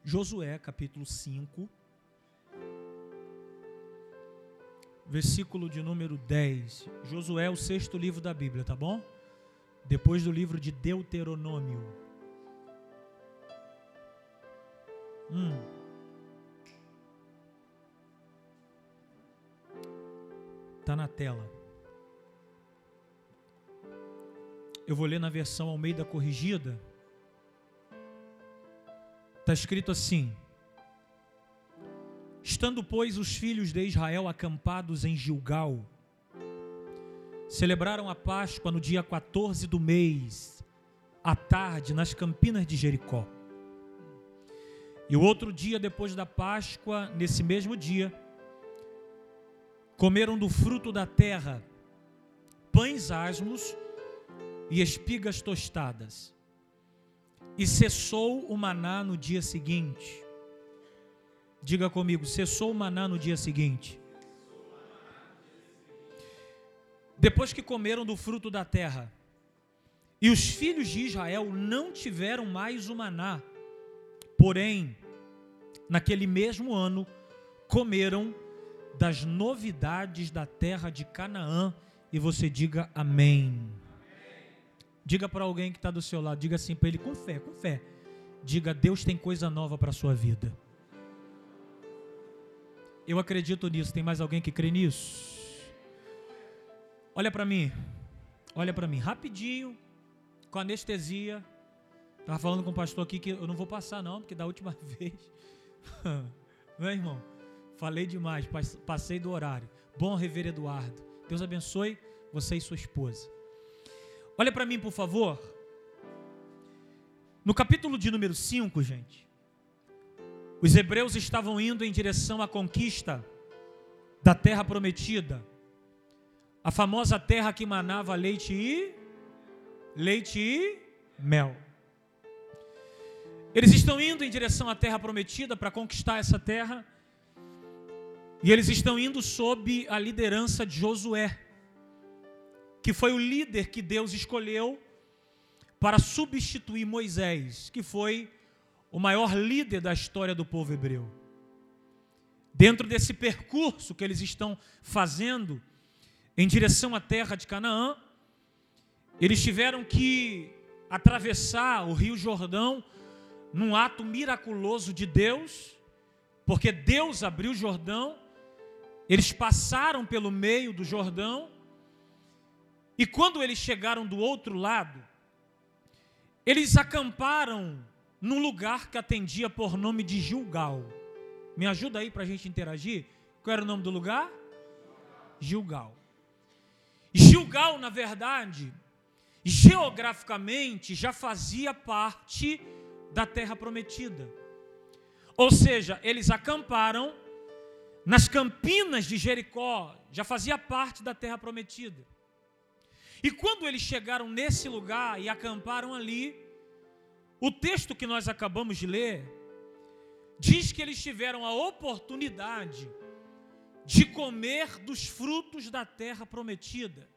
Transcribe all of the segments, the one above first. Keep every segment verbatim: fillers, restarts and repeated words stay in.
Josué, capítulo cinco, versículo de número dez. Josué é o sexto livro da Bíblia, tá bom? Depois do livro de Deuteronômio. Hum. Tá na tela. Eu vou ler na versão Almeida Corrigida. Está escrito assim: estando, pois, os filhos de Israel acampados em Gilgal, celebraram a Páscoa no dia quatorze do mês, à tarde, nas campinas de Jericó. E o outro dia depois da Páscoa, nesse mesmo dia, comeram do fruto da terra pães asmos e espigas tostadas. E cessou o maná no dia seguinte. Diga comigo, cessou o maná no dia seguinte. Depois que comeram do fruto da terra, e os filhos de Israel não tiveram mais o maná, porém, naquele mesmo ano, comeram das novidades da terra de Canaã, e você diga amém. Diga para alguém que está do seu lado, diga assim para ele com fé, com fé. Diga, Deus tem coisa nova para a sua vida. Eu acredito nisso, tem mais alguém que crê nisso? Olha para mim, olha para mim, rapidinho, com anestesia. Estava falando com o pastor aqui que eu não vou passar não, porque da última vez, não é, irmão? Falei demais, passei do horário. Bom rever Eduardo, Deus abençoe você e sua esposa. Olha para mim, por favor. No capítulo de número cinco, gente, os hebreus estavam indo em direção à conquista da terra prometida, a famosa terra que manava leite e leite e mel. Eles estão indo em direção à terra prometida para conquistar essa terra, e eles estão indo sob a liderança de Josué, que foi o líder que Deus escolheu para substituir Moisés, que foi o maior líder da história do povo hebreu. Dentro desse percurso que eles estão fazendo em direção à terra de Canaã, eles tiveram que atravessar o rio Jordão num ato miraculoso de Deus, porque Deus abriu o Jordão, eles passaram pelo meio do Jordão, e quando eles chegaram do outro lado, eles acamparam num lugar que atendia por nome de Gilgal. Me ajuda aí para a gente interagir? Qual era o nome do lugar? Gilgal. Gilgal, na verdade, geograficamente já fazia parte da terra prometida. Ou seja, eles acamparam nas campinas de Jericó, já fazia parte da terra prometida. E quando eles chegaram nesse lugar e acamparam ali, o texto que nós acabamos de ler diz que eles tiveram a oportunidade de comer dos frutos da terra prometida.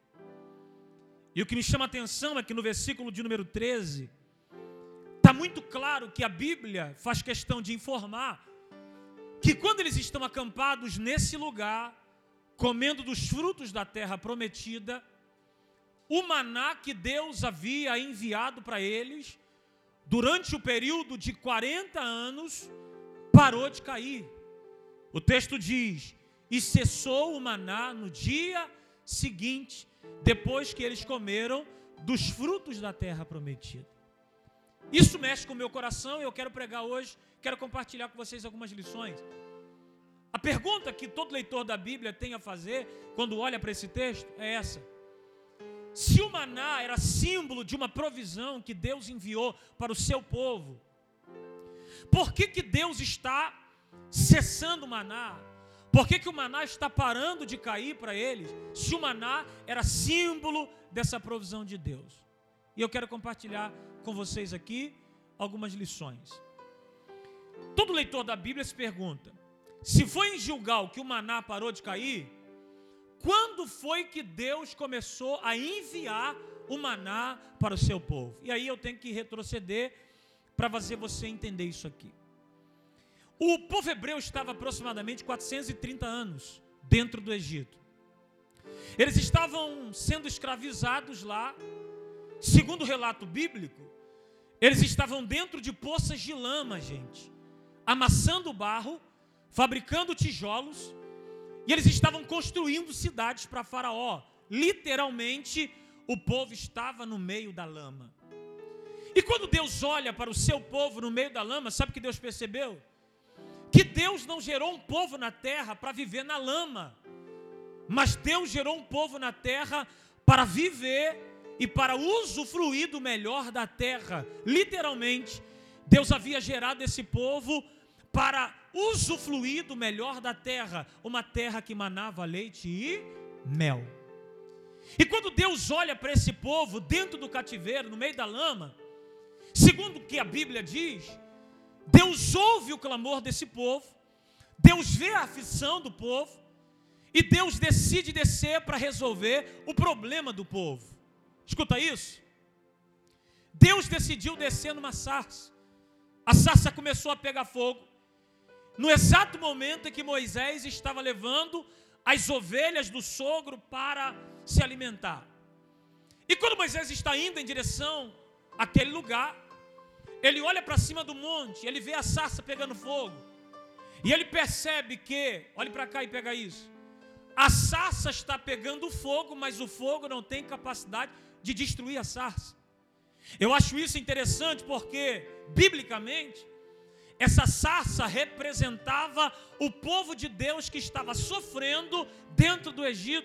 E o que me chama a atenção é que no versículo de número treze, está muito claro que a Bíblia faz questão de informar que quando eles estão acampados nesse lugar, comendo dos frutos da terra prometida, o maná que Deus havia enviado para eles, durante o período de quarenta anos, parou de cair. O texto diz, e cessou o maná no dia seguinte, depois que eles comeram dos frutos da terra prometida. Isso mexe com o meu coração e eu quero pregar hoje, quero compartilhar com vocês algumas lições. A pergunta que todo leitor da Bíblia tem a fazer, quando olha para esse texto, é essa. Se o maná era símbolo de uma provisão que Deus enviou para o seu povo, por que que Deus está cessando o maná? Por que que o maná está parando de cair para eles, se o maná era símbolo dessa provisão de Deus? E eu quero compartilhar com vocês aqui algumas lições. Todo leitor da Bíblia se pergunta, se foi em Gilgal que o maná parou de cair, quando foi que Deus começou a enviar o maná para o seu povo? E aí eu tenho que retroceder para fazer você entender isso aqui. O povo hebreu estava aproximadamente quatrocentos e trinta anos dentro do Egito. Eles estavam sendo escravizados lá. Segundo o relato bíblico, eles estavam dentro de poças de lama, gente, amassando barro, fabricando tijolos, e eles estavam construindo cidades para Faraó. Literalmente, o povo estava no meio da lama. E quando Deus olha para o seu povo no meio da lama, sabe o que Deus percebeu? Que Deus não gerou um povo na terra para viver na lama, mas Deus gerou um povo na terra para viver e para usufruir do melhor da terra. Literalmente, Deus havia gerado esse povo para usufruir do melhor da terra, uma terra que manava leite e mel. E quando Deus olha para esse povo dentro do cativeiro, no meio da lama, segundo o que a Bíblia diz, Deus ouve o clamor desse povo, Deus vê a aflição do povo, e Deus decide descer para resolver o problema do povo. Escuta isso. Deus decidiu descer numa sarça. A sarça começou a pegar fogo. No exato momento em que Moisés estava levando as ovelhas do sogro para se alimentar. E quando Moisés está indo em direção àquele lugar, ele olha para cima do monte, ele vê a sarça pegando fogo. E ele percebe que, olhe para cá e pega isso, a sarça está pegando fogo, mas o fogo não tem capacidade de destruir a sarça. Eu acho isso interessante porque, biblicamente, essa sarça representava o povo de Deus que estava sofrendo dentro do Egito.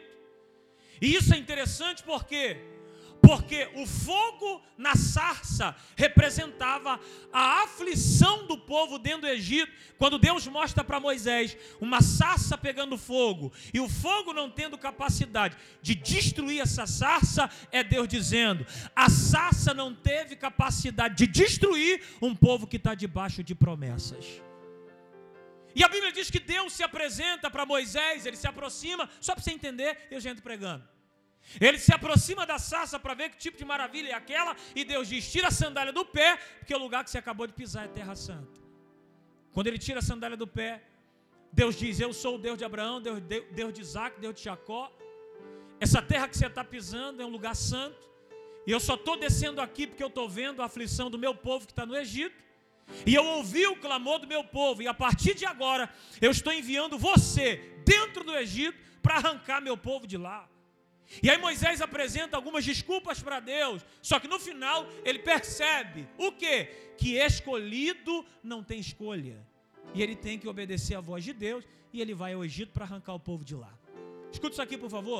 E isso é interessante porque, porque o fogo na sarça representava a aflição do povo dentro do Egito. Quando Deus mostra para Moisés uma sarça pegando fogo e o fogo não tendo capacidade de destruir essa sarça, é Deus dizendo: a sarça não teve capacidade de destruir um povo que está debaixo de promessas. E a Bíblia diz que Deus se apresenta para Moisés, ele se aproxima, só para você entender, eu já entro pregando. Ele se aproxima da sarça para ver que tipo de maravilha é aquela, e Deus diz: tira a sandália do pé, porque o lugar que você acabou de pisar é terra santa. Quando ele tira a sandália do pé, Deus diz: eu sou o Deus de Abraão, Deus, Deus de Isaac, Deus de Jacó. Essa terra que você está pisando é um lugar santo, e eu só estou descendo aqui porque eu estou vendo a aflição do meu povo que está no Egito, e eu ouvi o clamor do meu povo, e a partir de agora eu estou enviando você dentro do Egito para arrancar meu povo de lá. E aí Moisés apresenta algumas desculpas para Deus, só que no final ele percebe o quê? Que escolhido não tem escolha, e ele tem que obedecer à voz de Deus, e ele vai ao Egito para arrancar o povo de lá. Escuta isso aqui, por favor.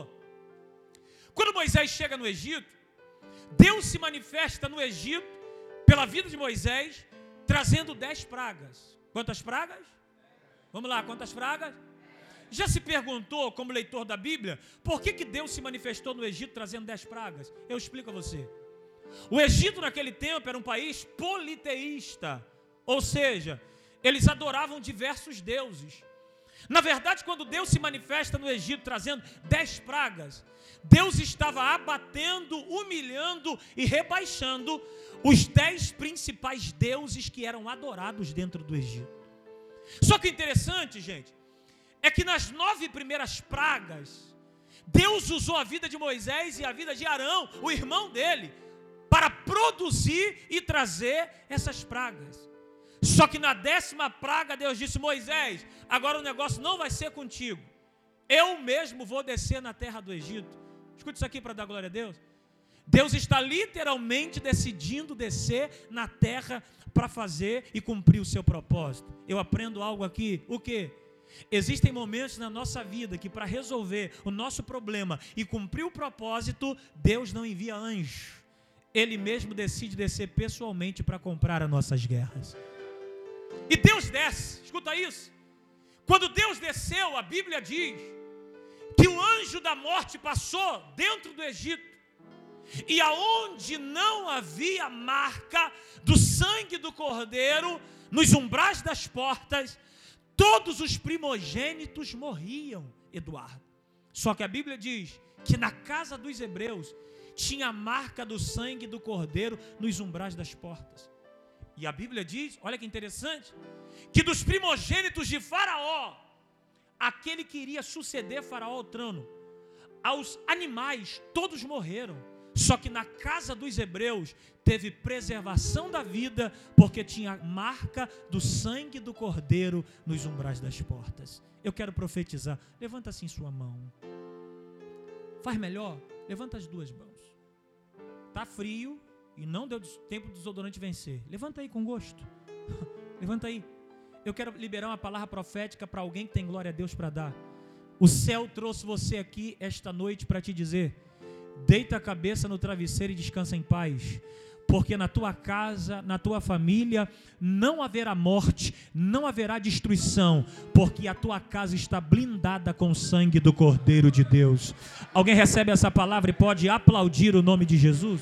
Quando Moisés chega no Egito, Deus se manifesta no Egito pela vida de Moisés, trazendo dez pragas. Quantas pragas? Vamos lá, quantas pragas? Já se perguntou, como leitor da Bíblia, por que que Deus se manifestou no Egito trazendo dez pragas? Eu explico a você. O Egito naquele tempo era um país politeísta, ou seja, eles adoravam diversos deuses. Na verdade, quando Deus se manifesta no Egito trazendo dez pragas, Deus estava abatendo, humilhando e rebaixando os dez principais deuses que eram adorados dentro do Egito. Só que interessante, gente, é que nas nove primeiras pragas, Deus usou a vida de Moisés e a vida de Arão, o irmão dele, para produzir e trazer essas pragas. Só que na décima praga, Deus disse: Moisés, agora o negócio não vai ser contigo, eu mesmo vou descer na terra do Egito. Escute isso aqui para dar glória a Deus. Deus está literalmente decidindo descer na terra para fazer e cumprir o seu propósito. Eu aprendo algo aqui, o quê? Existem momentos na nossa vida que para resolver o nosso problema e cumprir o propósito, Deus não envia anjo. Ele mesmo decide descer pessoalmente para comprar as nossas guerras. E Deus desce, escuta isso. Quando Deus desceu, a Bíblia diz que o anjo da morte passou dentro do Egito, e aonde não havia marca do sangue do cordeiro nos umbrais das portas, todos os primogênitos morriam, Eduardo. Só que a Bíblia diz que na casa dos hebreus tinha a marca do sangue do cordeiro nos umbrais das portas. E a Bíblia diz, olha que interessante, que dos primogênitos de Faraó, aquele que iria suceder Faraó ao trono, aos animais, todos morreram. Só que na casa dos hebreus teve preservação da vida, porque tinha a marca do sangue do cordeiro nos umbrais das portas. Eu quero profetizar. Levanta assim sua mão. Faz melhor? Levanta as duas mãos. Está frio e não deu tempo do desodorante vencer. Levanta aí com gosto. Levanta aí. Eu quero liberar uma palavra profética para alguém que tem glória a Deus para dar. O céu trouxe você aqui esta noite para te dizer: deita a cabeça no travesseiro e descansa em paz, porque na tua casa, na tua família, não haverá morte, não haverá destruição, porque a tua casa está blindada com o sangue do Cordeiro de Deus. Alguém recebe essa palavra e pode aplaudir o nome de Jesus?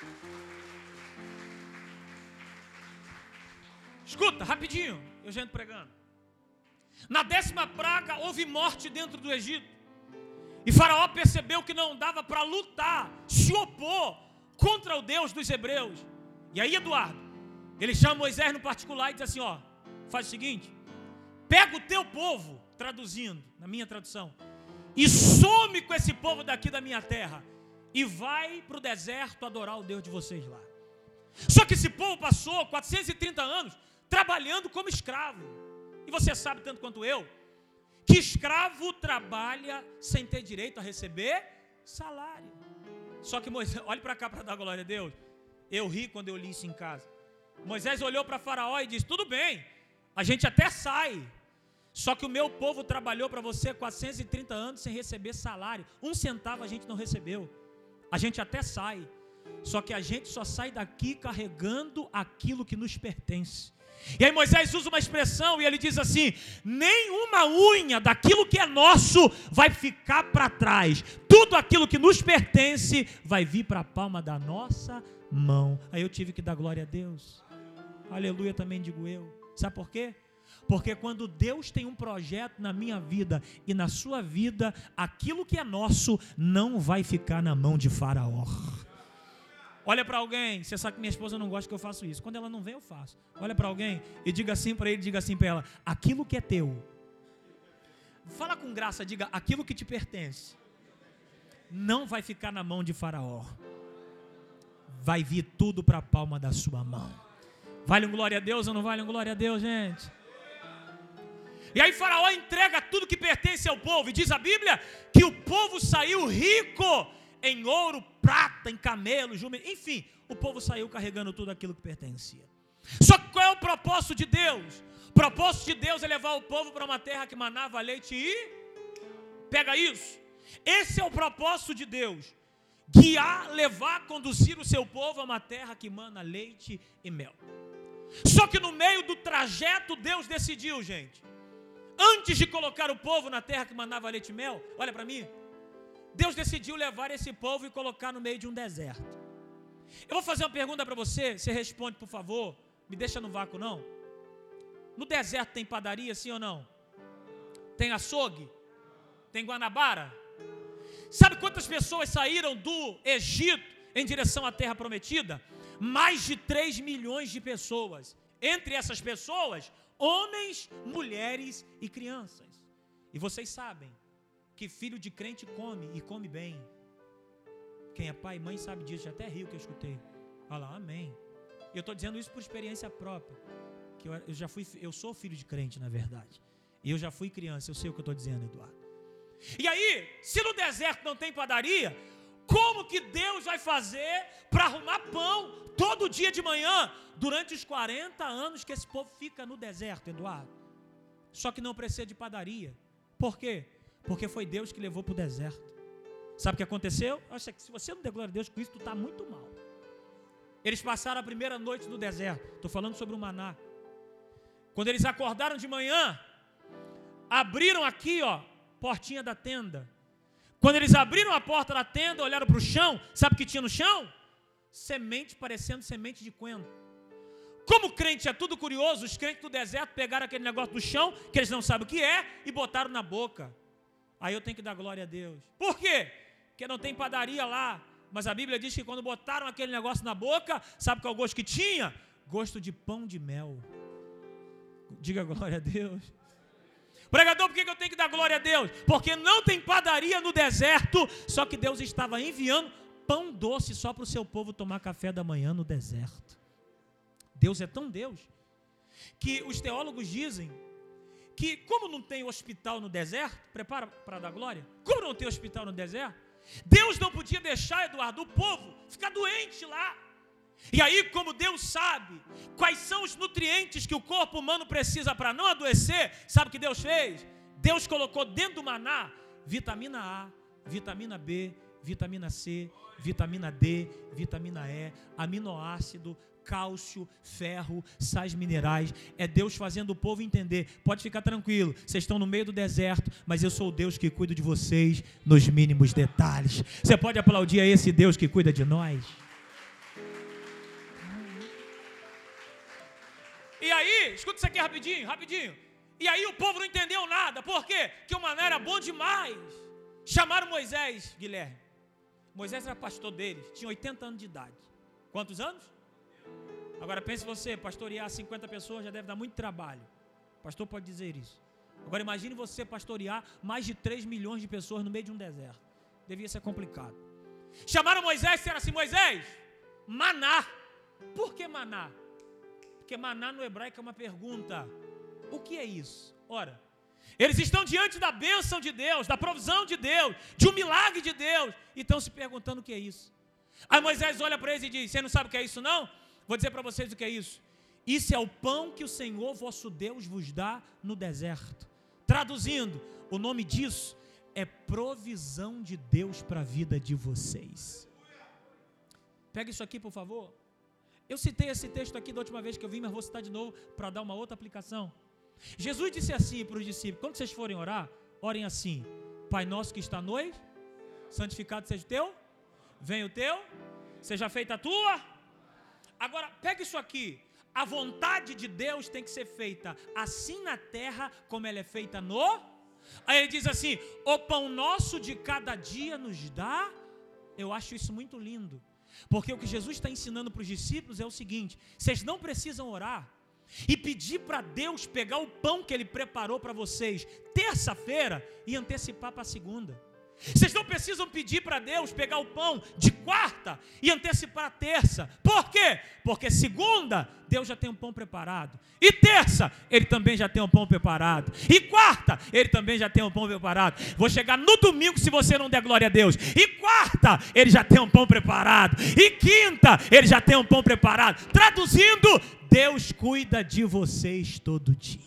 Escuta, rapidinho, eu já ando pregando. Na décima praga houve morte dentro do Egito. E Faraó percebeu que não dava para lutar, se opor contra o Deus dos hebreus. E aí, Eduardo, ele chama Moisés no particular e diz assim, ó, faz o seguinte, pega o teu povo, traduzindo, na minha tradução, e some com esse povo daqui da minha terra, e vai para o deserto adorar o Deus de vocês lá. Só que esse povo passou quatrocentos e trinta anos trabalhando como escravo. E você sabe tanto quanto eu, que escravo trabalha sem ter direito a receber salário. Só que Moisés, olhe para cá para dar glória a Deus. Eu ri quando eu li isso em casa. Moisés olhou para Faraó e disse, tudo bem, a gente até sai. Só que o meu povo trabalhou para você quatrocentos e trinta anos sem receber salário. Um centavo a gente não recebeu. A gente até sai. Só que a gente só sai daqui carregando aquilo que nos pertence. E aí Moisés usa uma expressão e ele diz assim, nenhuma unha daquilo que é nosso vai ficar para trás. Tudo aquilo que nos pertence vai vir para a palma da nossa mão. Aí eu tive que dar glória a Deus. Aleluia, também digo eu. Sabe por quê? Porque quando Deus tem um projeto na minha vida e na sua vida, aquilo que é nosso não vai ficar na mão de Faraó. Olha para alguém, você sabe que minha esposa não gosta que eu faça isso. Quando ela não vem, eu faço. Olha para alguém e diga assim para ele, diga assim para ela, aquilo que é teu. Fala com graça, diga, aquilo que te pertence não vai ficar na mão de Faraó. Vai vir tudo para a palma da sua mão. Vale um glória a Deus ou não vale um glória a Deus, gente? E aí Faraó entrega tudo que pertence ao povo. E diz a Bíblia que o povo saiu rico em ouro, prata, em camelo, jumento, enfim, o povo saiu carregando tudo aquilo que pertencia. Só que qual é o propósito de Deus? O propósito de Deus é levar o povo para uma terra que manava leite e... Pega isso. Esse é o propósito de Deus. Guiar, levar, conduzir o seu povo a uma terra que mana leite e mel. Só que no meio do trajeto Deus decidiu, gente, antes de colocar o povo na terra que manava leite e mel, olha para mim, Deus decidiu levar esse povo e colocar no meio de um deserto. Eu vou fazer uma pergunta para você, você responde por favor, me deixa no vácuo não. No deserto tem padaria, sim ou não? Tem açougue? Tem Guanabara? Sabe quantas pessoas saíram do Egito em direção à terra prometida? Mais de três milhões de pessoas. Entre essas pessoas, homens, mulheres e crianças. E vocês sabem que filho de crente come e come bem. Quem é pai e mãe sabe disso, já até rio que eu escutei. Olha lá, amém. Eu estou dizendo isso por experiência própria. Que eu, eu já fui, eu sou filho de crente, na verdade. E eu já fui criança, eu sei o que eu estou dizendo, Eduardo. E aí, se no deserto não tem padaria, como que Deus vai fazer para arrumar pão todo dia de manhã, durante os quarenta anos que esse povo fica no deserto, Eduardo? Só que não precisa de padaria. Por quê? Porque foi Deus que levou para o deserto. Sabe o que aconteceu? Acho que se você não der glória a Deus com isso, tu está muito mal. Eles passaram a primeira noite no deserto. Estou falando sobre o maná. Quando eles acordaram de manhã, abriram aqui, ó, portinha da tenda. Quando eles abriram a porta da tenda, olharam para o chão, sabe o que tinha no chão? Semente parecendo semente de coentro. Como crente é tudo curioso, os crentes do deserto pegaram aquele negócio do chão, que eles não sabem o que é, e botaram na boca. Aí eu tenho que dar glória a Deus. Por quê? Porque não tem padaria lá. Mas a Bíblia diz que quando botaram aquele negócio na boca, sabe qual é o gosto que tinha? Gosto de pão de mel. Diga glória a Deus. Pregador, por que eu tenho que dar glória a Deus? Porque não tem padaria no deserto, só que Deus estava enviando pão doce só para o seu povo tomar café da manhã no deserto. Deus é tão Deus, que os teólogos dizem que como não tem hospital no deserto, prepara para dar glória, como não tem hospital no deserto, Deus não podia deixar, Eduardo, o povo ficar doente lá. E aí, como Deus sabe quais são os nutrientes que o corpo humano precisa para não adoecer, sabe o que Deus fez? Deus colocou dentro do maná vitamina A, vitamina B, vitamina C, vitamina D, vitamina E, aminoácido, cálcio, ferro, sais minerais. É Deus fazendo o povo entender. Pode ficar tranquilo, vocês estão no meio do deserto, mas eu sou o Deus que cuido de vocês nos mínimos detalhes. Você pode aplaudir a esse Deus que cuida de nós? E aí, escuta isso aqui rapidinho, rapidinho. E aí o povo não entendeu nada. Por quê? Porque o maná era bom demais. Chamaram Moisés, Guilherme. Moisés era pastor deles, tinha oitenta anos de idade. Quantos anos? Agora pense você, pastorear cinquenta pessoas já deve dar muito trabalho. O pastor pode dizer isso. Agora imagine você pastorear mais de três milhões de pessoas no meio de um deserto. Devia ser complicado. Chamaram Moisés e disseram assim: Moisés, maná. Por que maná? Porque maná no hebraico é uma pergunta. O que é isso? Ora, eles estão diante da bênção de Deus, da provisão de Deus, de um milagre de Deus, e estão se perguntando o que é isso. Aí Moisés olha para eles e diz: você não sabe o que é isso não? Vou dizer para vocês o que é isso. Isso é o pão que o Senhor vosso Deus vos dá no deserto. Traduzindo, o nome disso é provisão de Deus para a vida de vocês. Pega isso aqui, por favor. Eu citei esse texto aqui da última vez que eu vim, mas vou citar de novo para dar uma outra aplicação. Jesus disse assim para os discípulos: quando vocês forem orar, orem assim: Pai nosso que está nos, santificado seja o teu, venha o teu, seja feita a tua. Agora, pega isso aqui. A vontade de Deus tem que ser feita assim na terra como ela é feita no. Aí ele diz assim: o pão nosso de cada dia nos dá. Eu acho isso muito lindo. Porque o que Jesus está ensinando para os discípulos é o seguinte: vocês não precisam orar e pedir para Deus pegar o pão que Ele preparou para vocês terça-feira e antecipar para a segunda. Vocês não precisam pedir para Deus pegar o pão de quarta e antecipar a terça. Por quê? Porque segunda, Deus já tem um pão preparado. E terça, Ele também já tem um pão preparado. E quarta, Ele também já tem um pão preparado. Vou chegar no domingo se você não der glória a Deus. E quarta, Ele já tem um pão preparado. E quinta, Ele já tem um pão preparado. Traduzindo, Deus cuida de vocês todo dia.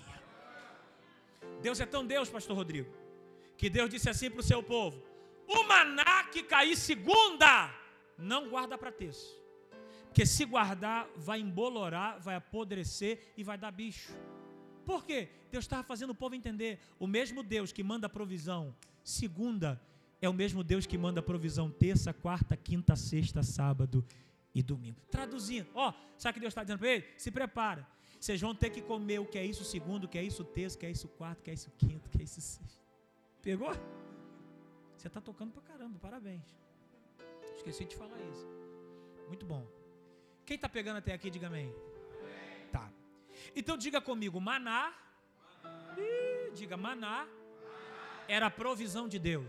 Deus é tão Deus, pastor Rodrigo, que Deus disse assim para o seu povo: o maná que cair segunda, não guarda para terça. Porque se guardar, vai embolorar, vai apodrecer e vai dar bicho. Por quê? Deus estava fazendo o povo entender: o mesmo Deus que manda provisão segunda, é o mesmo Deus que manda provisão terça, quarta, quinta, sexta, sábado e domingo. Traduzindo, ó, sabe o que Deus está dizendo para ele? Se prepara, vocês vão ter que comer o que é isso segundo, o que é isso terça, o que é isso quarto, o que é isso quinto, o que é isso sexto. Pegou? Você está tocando pra caramba, parabéns. Esqueci de falar isso. Muito bom. Quem está pegando até aqui, diga amém. Amém. Tá. Então diga comigo: maná, maná. Ih, diga maná, maná era a provisão de Deus.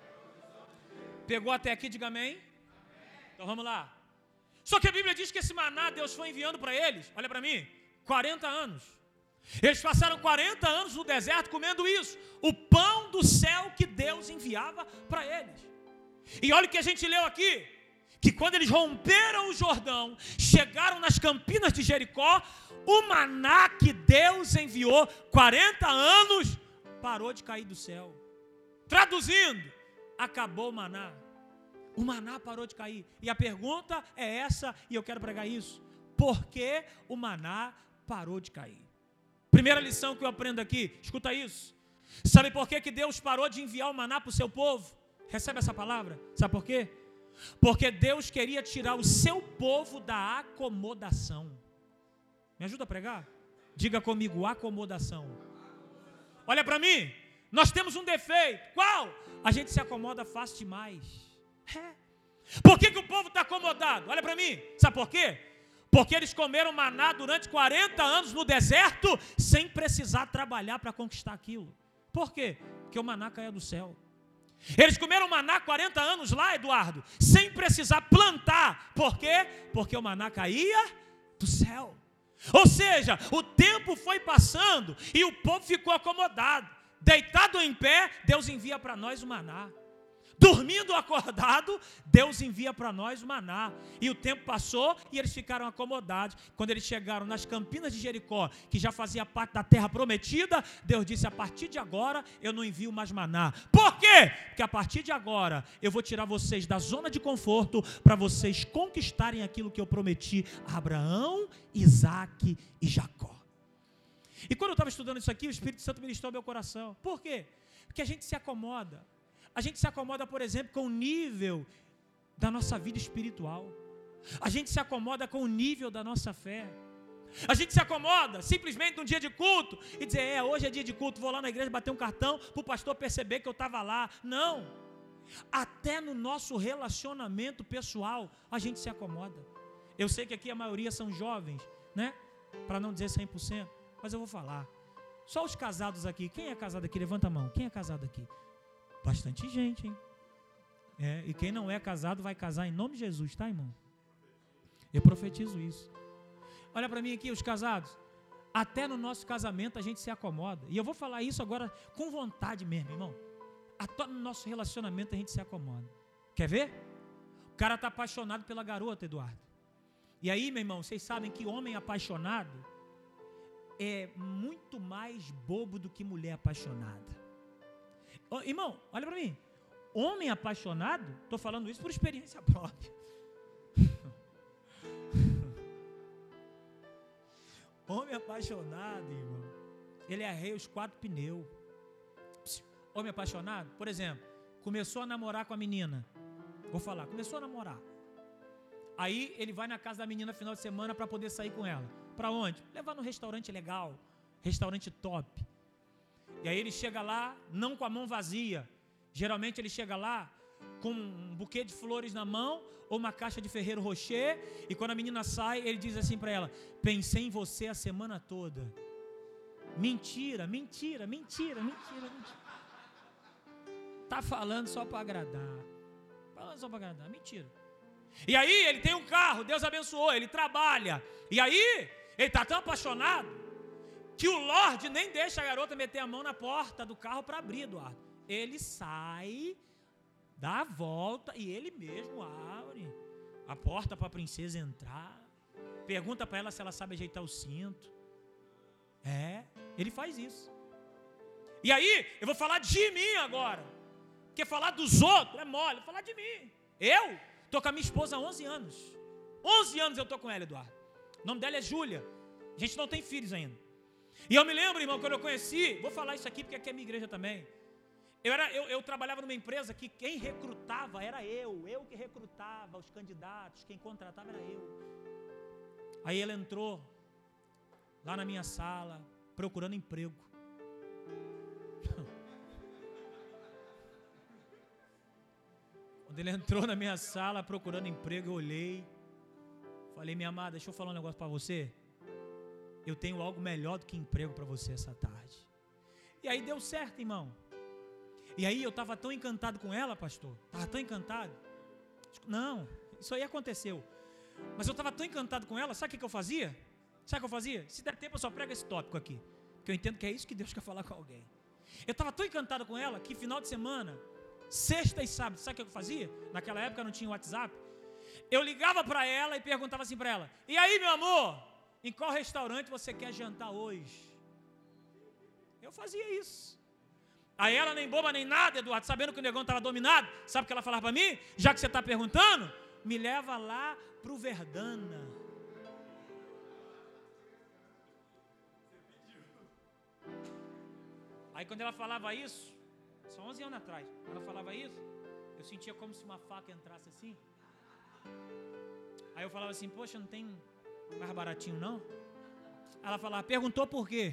Pegou até aqui, diga amém. Amém. Então vamos lá. Só que a Bíblia diz que esse maná Deus foi enviando para eles, olha para mim, quarenta anos. Eles passaram quarenta anos no deserto comendo isso, o pão do céu que Deus enviava para eles. E olha o que a gente leu aqui, que quando eles romperam o Jordão, chegaram nas campinas de Jericó, o maná que Deus enviou quarenta anos parou de cair do céu. Traduzindo, acabou o maná. O maná parou de cair. E a pergunta é essa, e eu quero pregar isso: por que o maná parou de cair? Primeira lição que eu aprendo aqui, escuta isso. Sabe por que que Deus parou de enviar o maná para o seu povo? Recebe essa palavra. Sabe por quê? Porque Deus queria tirar o seu povo da acomodação. Me ajuda a pregar? Diga comigo: acomodação. Olha para mim, nós temos um defeito. Qual? A gente se acomoda fácil demais. É. Por que que o povo está acomodado? Olha para mim, sabe por quê? Porque eles comeram maná durante quarenta anos no deserto, sem precisar trabalhar para conquistar aquilo. Por quê? Porque o maná caía do céu. Eles comeram maná quarenta anos lá, Eduardo, sem precisar plantar. Por quê? Porque o maná caía do céu. Ou seja, o tempo foi passando e o povo ficou acomodado. Deitado em pé, Deus envia para nós o maná. Dormindo acordado, Deus envia para nós o maná. E o tempo passou e eles ficaram acomodados. Quando eles chegaram nas campinas de Jericó, que já fazia parte da terra prometida, Deus disse: a partir de agora eu não envio mais maná. Por quê? Porque a partir de agora eu vou tirar vocês da zona de conforto para vocês conquistarem aquilo que eu prometi a Abraão, Isaque e Jacó. E quando eu estava estudando isso aqui, o Espírito Santo ministrou ao meu coração. Por quê? Porque a gente se acomoda. A gente se acomoda, por exemplo, com o nível da nossa vida espiritual. A gente se acomoda com o nível da nossa fé. A gente se acomoda simplesmente num dia de culto e dizer: é, hoje é dia de culto, vou lá na igreja bater um cartão para o pastor perceber que eu estava lá. Não. Até no nosso relacionamento pessoal, a gente se acomoda. Eu sei que aqui a maioria são jovens, né? Para não dizer cem por cento, mas eu vou falar. Só os casados aqui. Quem é casado aqui? Levanta a mão. Quem é casado aqui? Bastante gente, hein? É, e quem não é casado vai casar em nome de Jesus, tá, irmão? Eu profetizo isso. Olha para mim aqui, os casados. Até no nosso casamento a gente se acomoda. E eu vou falar isso agora com vontade mesmo, irmão. Até no nosso relacionamento a gente se acomoda. Quer ver? O cara está apaixonado pela garota, Eduardo. E aí, meu irmão, vocês sabem que homem apaixonado é muito mais bobo do que mulher apaixonada. Oh, irmão, olha para mim. Homem apaixonado, estou falando isso por experiência própria. Homem apaixonado, irmão, ele arreia os quatro pneus. Homem apaixonado, por exemplo, começou a namorar com a menina. Vou falar, começou a namorar. Aí ele vai na casa da menina no final de semana para poder sair com ela. Para onde? Levar num restaurante legal, restaurante top. E aí ele chega lá, não com a mão vazia. Geralmente ele chega lá com um buquê de flores na mão ou uma caixa de Ferrero Rocher. E quando a menina sai, ele diz assim para ela: pensei em você a semana toda. Mentira, mentira, mentira, mentira, mentira. Tá falando só para agradar. Falando só para agradar, mentira. E aí ele tem um carro, Deus abençoou, ele trabalha. E aí ele está tão apaixonado que o Lorde nem deixa a garota meter a mão na porta do carro para abrir, Eduardo. Ele sai, dá a volta e ele mesmo abre a porta para a princesa entrar. Pergunta para ela se ela sabe ajeitar o cinto. É, ele faz isso. E aí, eu vou falar de mim agora. Porque falar dos outros é mole, vou falar de mim. Eu estou com a minha esposa há onze anos. onze anos eu estou com ela, Eduardo. O nome dela é Júlia. A gente não tem filhos ainda. E eu me lembro, irmão, quando eu conheci, vou falar isso aqui porque aqui é minha igreja também. Eu, era, eu, eu trabalhava numa empresa que quem recrutava era eu. Eu que recrutava os candidatos, quem contratava era eu. Aí ela entrou lá na minha sala, procurando emprego. Quando ele entrou na minha sala procurando emprego, eu olhei. Falei: minha amada, deixa eu falar um negócio para você. Eu tenho algo melhor do que emprego para você essa tarde. E aí deu certo, irmão. E aí eu estava tão encantado com ela, pastor. Estava tão encantado. Não, isso aí aconteceu. Mas eu estava tão encantado com ela, sabe o que, que eu fazia? Sabe o que eu fazia? Se der tempo eu só prego esse tópico aqui. Porque eu entendo que é isso que Deus quer falar com alguém. Eu estava tão encantado com ela que final de semana, sexta e sábado, sabe o que eu fazia? Naquela época não tinha WhatsApp. Eu ligava para ela e perguntava assim para ela: e aí, meu amor, em qual restaurante você quer jantar hoje? Eu fazia isso. Aí ela, nem boba nem nada, Eduardo, sabendo que o negão estava dominado, sabe o que ela falava para mim? Já que você está perguntando, me leva lá para o Verdana. Aí quando ela falava isso, só onze anos atrás, ela falava isso, eu sentia como se uma faca entrasse assim. Aí eu falava assim: poxa, não tem mais baratinho não? Ela falava: perguntou por quê?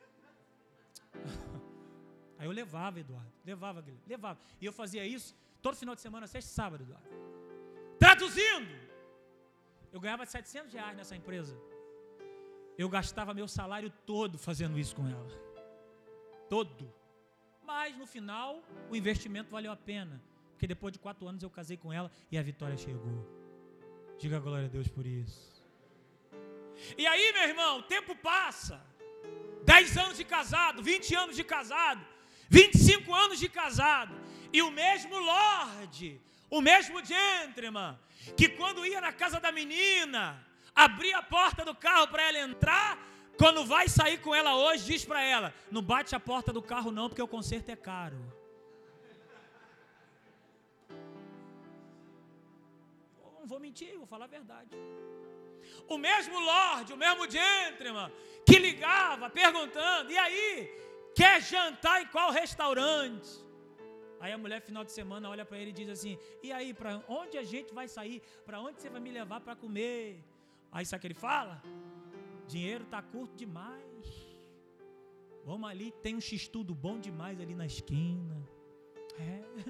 Aí eu levava, Eduardo, levava, levava. E eu fazia isso todo final de semana, sexta e sábado, Eduardo. Traduzindo, Eu ganhava setecentos reais nessa empresa. Eu gastava meu salário todo fazendo isso com ela. Todo. Mas no final, o investimento valeu a pena. Porque depois de quatro anos eu casei com ela e a vitória chegou. Diga glória a Deus por isso. E aí, meu irmão, o tempo passa. dez anos de casado, vinte anos de casado, vinte e cinco anos de casado. E o mesmo Lorde, o mesmo gentleman, que quando ia na casa da menina, abria a porta do carro para ela entrar, quando vai sair com ela hoje, diz para ela, não bate a porta do carro não, porque o conserto é caro. Não vou mentir, vou falar a verdade. O mesmo Lorde, o mesmo gentleman, que ligava perguntando, e aí, quer jantar em qual restaurante? Aí a mulher, final de semana, olha para ele e diz assim, e aí, para onde a gente vai sair? Para onde você vai me levar para comer? Aí sabe o que ele fala? Dinheiro está curto demais. Vamos ali, tem um x-tudo bom demais ali na esquina. É.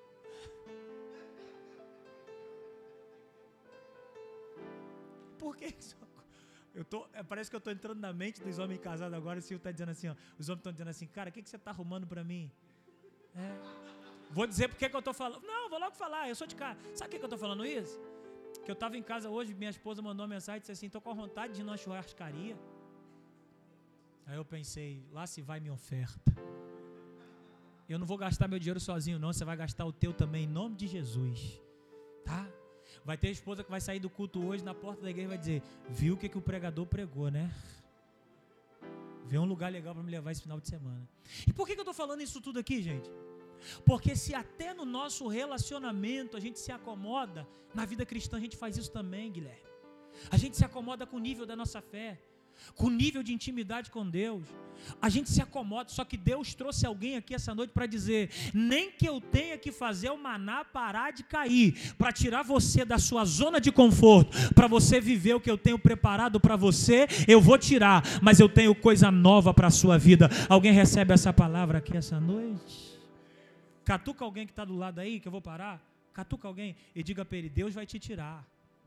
Por que isso? Eu tô, parece que eu estou entrando na mente dos homens casados agora. O Senhor está dizendo assim, ó, os homens estão dizendo assim, cara, o que, que você está arrumando para mim? É. Vou dizer por que eu estou falando. Não, vou logo falar, eu sou de casa. Sabe por que eu estou falando isso? Que eu estava em casa hoje, minha esposa mandou uma mensagem e disse assim, estou com vontade de ir numa churrascaria. Aí eu pensei, lá se vai minha oferta. Eu não vou gastar meu dinheiro sozinho não, você vai gastar o teu também, em nome de Jesus. Tá? Vai ter esposa que vai sair do culto hoje, na porta da igreja vai dizer, viu o que, que o pregador pregou, né? Vê um lugar legal para me levar esse final de semana. E por que, que eu estou falando isso tudo aqui, gente? Porque se até no nosso relacionamento a gente se acomoda, na vida cristã a gente faz isso também, Guilherme. A gente se acomoda com o nível da nossa fé, com o nível de intimidade com Deus. A gente se acomoda, só que Deus trouxe alguém aqui essa noite para dizer, nem que eu tenha que fazer o maná parar de cair, para tirar você da sua zona de conforto, para você viver o que eu tenho preparado para você, eu vou tirar, mas eu tenho coisa nova para a sua vida. Alguém recebe essa palavra aqui essa noite? Catuca alguém que está do lado aí, que eu vou parar. Catuca alguém e diga para ele, Deus vai te tirar.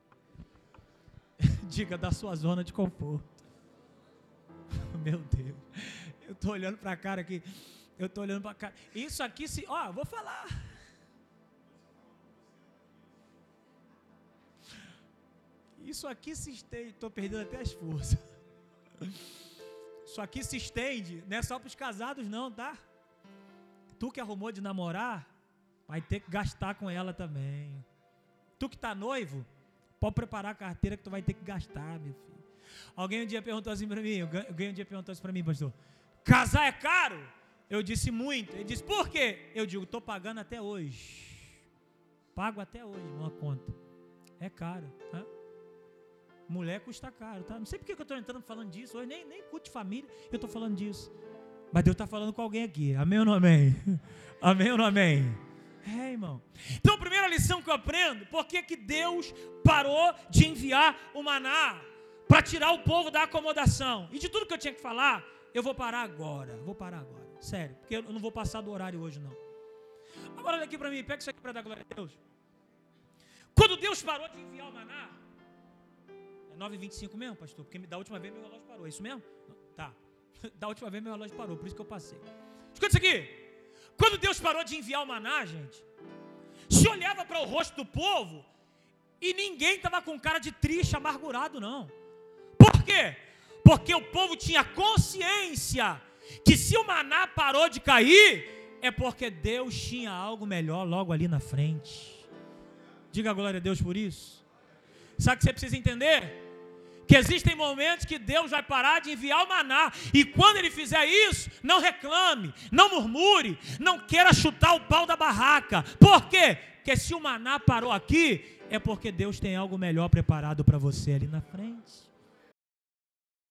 Diga da sua zona de conforto. Meu Deus. Eu estou olhando para a cara aqui. Eu estou olhando para a cara. Isso aqui se... Ó, vou falar. Isso aqui se estende... Estou perdendo até as forças. Isso aqui se estende. Não é só para os casados não, tá? Tu que arrumou de namorar, vai ter que gastar com ela também. Tu que está noivo, pode preparar a carteira que tu vai ter que gastar, meu filho. Alguém um dia perguntou assim para mim, alguém um dia perguntou assim para mim, pastor, casar é caro? Eu disse muito. Ele disse, por quê? Eu digo, estou pagando até hoje. Pago até hoje uma conta. É caro, tá? Mulher custa caro, tá? Não sei por que eu estou entrando falando disso, hoje nem, nem culto de família, eu estou falando disso. Mas Deus está falando com alguém aqui. Amém ou não amém? Amém ou não amém? É, irmão. Então, a primeira lição que eu aprendo, por que que Deus parou de enviar o maná? Para tirar o povo da acomodação. E de tudo que eu tinha que falar, eu vou parar agora. Vou parar agora. Sério. Porque eu não vou passar do horário hoje, não. Agora olha aqui para mim. Pega isso aqui para dar glória a Deus. Quando Deus parou de enviar o maná, é nove e vinte e cinco mesmo, pastor? Porque da última vez meu relógio parou. É isso mesmo? Tá. Da última vez meu relógio parou, por isso que eu passei. Escuta isso aqui. Quando Deus parou de enviar o maná, gente, se olhava para o rosto do povo e ninguém estava com cara de triste, amargurado, não. Por quê? Porque o povo tinha consciência que se o maná parou de cair, é porque Deus tinha algo melhor logo ali na frente. Diga a glória a Deus por isso. Sabe o que você precisa entender? Que existem momentos que Deus vai parar de enviar o maná, e quando Ele fizer isso, não reclame, não murmure, não queira chutar o pau da barraca. Por quê? Porque se o maná parou aqui, é porque Deus tem algo melhor preparado para você ali na frente.